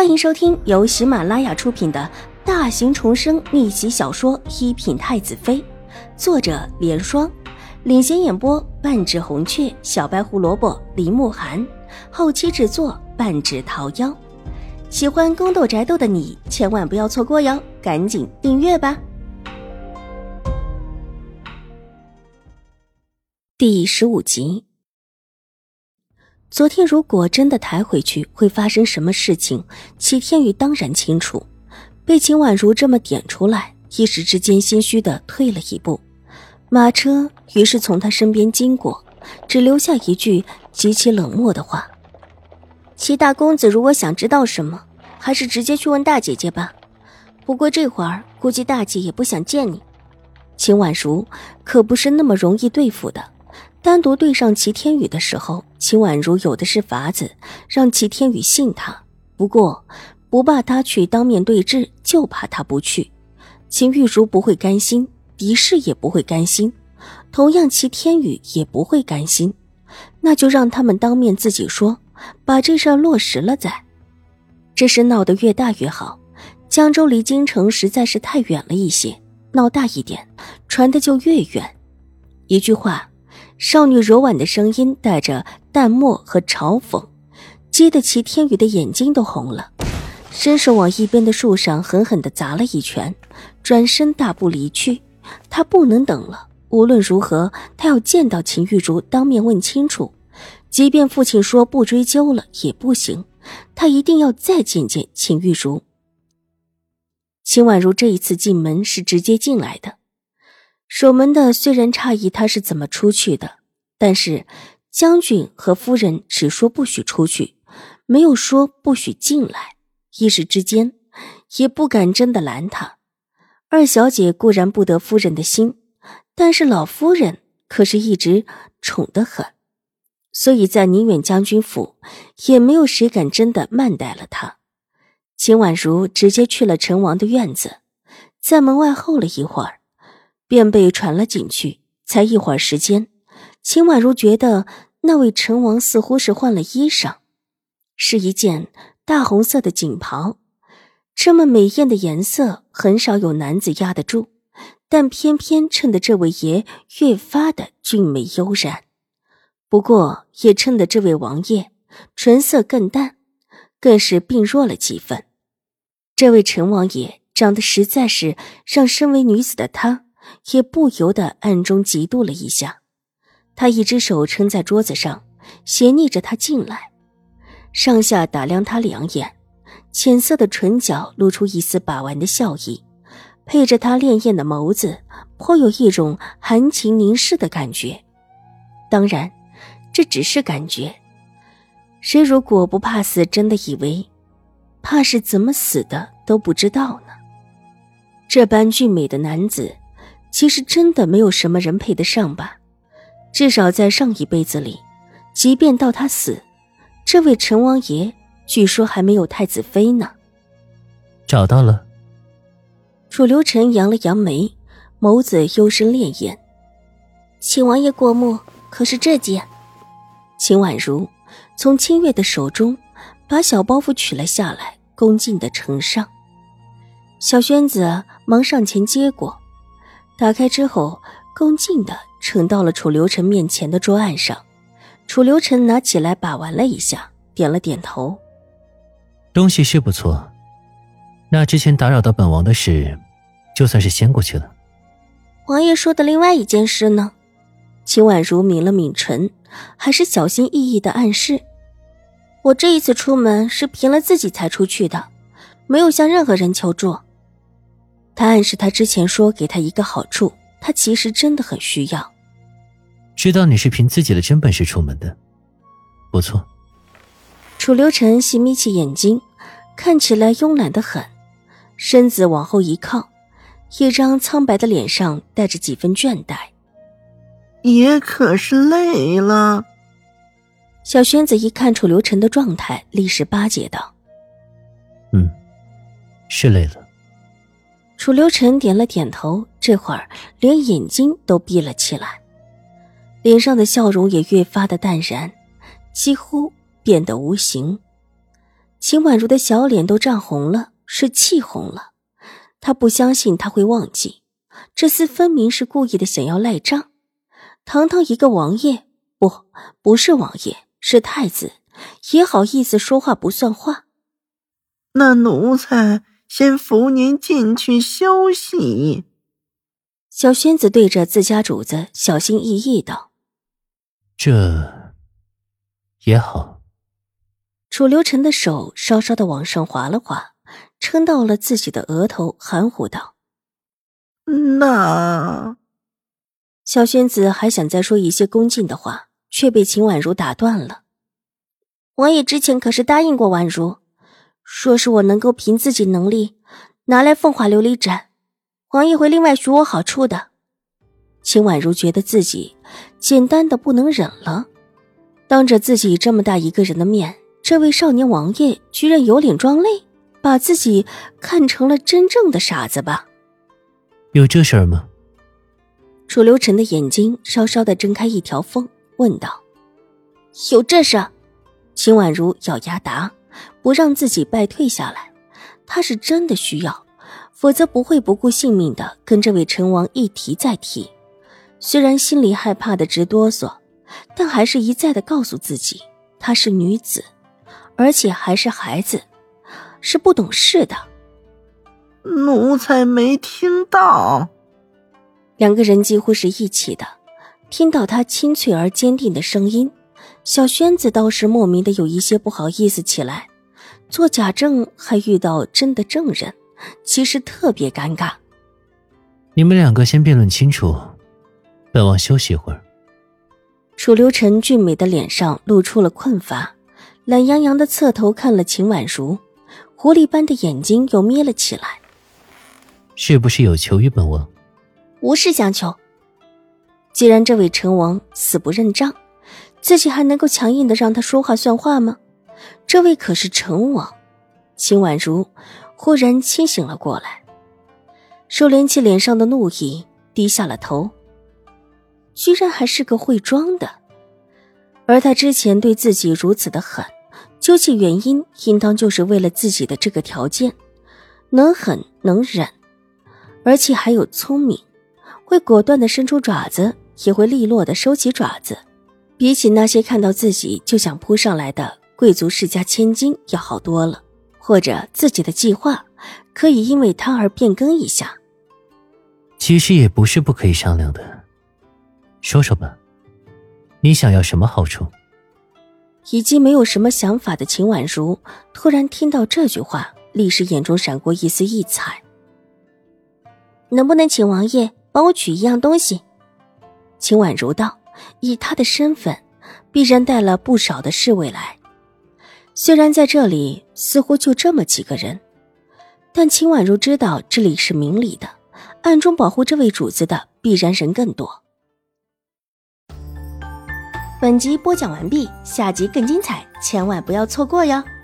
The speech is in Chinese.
欢迎收听由喜马拉雅出品的大型重生逆袭小说《一品太子妃》，作者莲霜，领衔演播半指红雀、小白胡萝卜、林慕寒，后期制作半指桃夭。喜欢宫斗宅斗的你千万不要错过哟，赶紧订阅吧。第15集。昨天如果真的抬回去会发生什么事情，齐天宇当然清楚。被秦婉如这么点出来，一时之间心虚地退了一步。马车于是从他身边经过，只留下一句极其冷漠的话：齐大公子如果想知道什么，还是直接去问大姐姐吧。不过这会儿估计大姐也不想见你。秦婉如可不是那么容易对付的。单独对上齐天宇的时候，秦婉如有的是法子让齐天宇信他，不过不怕他去当面对质，就怕他不去。秦玉茹不会甘心，狄氏也不会甘心，同样齐天宇也不会甘心，那就让他们当面自己说，把这事儿落实了再。这事闹得越大越好，江州离京城实在是太远了一些，闹大一点，传的就越远。一句话，少女柔婉的声音带着淡漠和嘲讽，激得齐天宇的眼睛都红了，伸手往一边的树上狠狠地砸了一拳，转身大步离去。他不能等了，无论如何他要见到秦玉茹，当面问清楚，即便父亲说不追究了也不行，他一定要再见见秦玉茹。秦婉如这一次进门是直接进来的，守门的虽然诧异他是怎么出去的，但是将军和夫人只说不许出去，没有说不许进来，一时之间也不敢真的拦他。二小姐固然不得夫人的心，但是老夫人可是一直宠得很，所以在宁远将军府也没有谁敢真的慢待了她。秦婉如直接去了陈王的院子，在门外候了一会儿，便被传了进去。才一会儿时间，秦婉如觉得那位陈王似乎是换了衣裳，是一件大红色的锦袍，这么美艳的颜色很少有男子压得住，但偏偏衬得这位爷越发的俊美悠然。不过也衬得这位王爷唇色更淡，更是病弱了几分。这位陈王爷长得实在是让身为女子的她也不由得暗中嫉妒了一下。他一只手撑在桌子上，斜睨着他进来，上下打量他两眼，浅色的唇角露出一丝把玩的笑意，配着他潋滟的眸子，颇有一种含情凝视的感觉。当然这只是感觉，谁如果不怕死，真的以为怕是怎么死的都不知道呢？这般俊美的男子其实真的没有什么人配得上吧，至少在上一辈子里，即便到他死，这位陈王爷据说还没有太子妃呢。 找到了。 楚留臣扬了扬眉，眸子幽深潋滟。请王爷过目，可是这件？秦婉如从清月的手中把小包袱取了下来，恭敬地呈上。小轩子忙上前接过，打开之后恭敬地呈到了楚留臣面前的桌案上。楚留臣拿起来把玩了一下，点了点头。 东西是不错，那之前打扰到本王的事就算是先过去了。 王爷说的另外一件事呢？秦婉如抿了抿唇，还是小心翼翼地暗示，我这一次出门是凭了自己才出去的，没有向任何人求助。他暗示他之前说给他一个好处，他其实真的很需要。 知道你是凭自己的真本事出门的，不错。 楚留臣细眯起眼睛，看起来慵懒得很，身子往后一靠，一张苍白的脸上带着几分倦怠。 爷可是累了？ 小轩子一看楚留臣的状态，立时巴结道： 是累了。 楚留臣点了点头，这会儿连眼睛都闭了起来，脸上的笑容也越发的淡然，几乎变得无形。 秦婉如的小脸都涨红了，是气红了。她不相信他会忘记，这厮分明是故意的想要赖账。堂堂一个王爷，不是王爷，是太子，也好意思说话不算话。 那奴才先扶您进去休息。 小轩子对着自家主子小心翼翼道： 这也好。 楚留臣的手稍稍的往上滑了滑，撑到了自己的额头，含糊道： 那…… 小轩子还想再说一些恭敬的话，却被秦婉如打断了。王爷之前可是答应过婉如，说是我能够凭自己能力拿来凤华琉璃盏，王爷会另外许我好处的。秦婉如觉得自己简单的不能忍了，当着自己这么大一个人的面，这位少年王爷居然有脸装累，把自己看成了真正的傻子吧？ 有这事儿吗？ 楚留臣的眼睛稍稍的睁开一条缝，问道：有这事？秦婉如咬牙答，不让自己败退下来。他是真的需要，否则不会不顾性命的跟这位陈王一提再提。虽然心里害怕的直哆嗦，但还是一再的告诉自己，她是女子，而且还是孩子，是不懂事的。 奴才没听到。 两个人几乎是一起的，听到他清脆而坚定的声音，小轩子倒是莫名的有一些不好意思起来。做假证还遇到真的证人，其实特别尴尬。 你们两个先辩论清楚，本王休息一会儿。 楚留臣俊美的脸上露出了困乏，懒洋洋的侧头看了秦婉如，狐狸般的眼睛又眯了起来。 是不是有求于本王？ 无事相求。既然这位陈王死不认账，自己还能够强硬的让他说话算话吗？这位可是陈王。秦婉如忽然清醒了过来，收敛起脸上的怒意，低下了头。居然还是个会装的，而他之前对自己如此的狠，究其原因，应当就是为了自己的这个条件，能狠能忍，而且还有聪明，会果断地伸出爪子，也会利落地收起爪子，比起那些看到自己就想扑上来的贵族世家千金要好多了。或者自己的计划可以因为他而变更一下。 其实也不是不可以商量的，说说吧，你想要什么好处？ 已经没有什么想法的秦婉如突然听到这句话，立时眼中闪过一丝异彩。能不能请王爷帮我取一样东西？秦婉如道，以她的身份必然带了不少的侍卫来。虽然在这里似乎就这么几个人，但秦婉如知道这里是明里的，暗中保护这位主子的必然人更多。本集播讲完毕，下集更精彩，千万不要错过哟。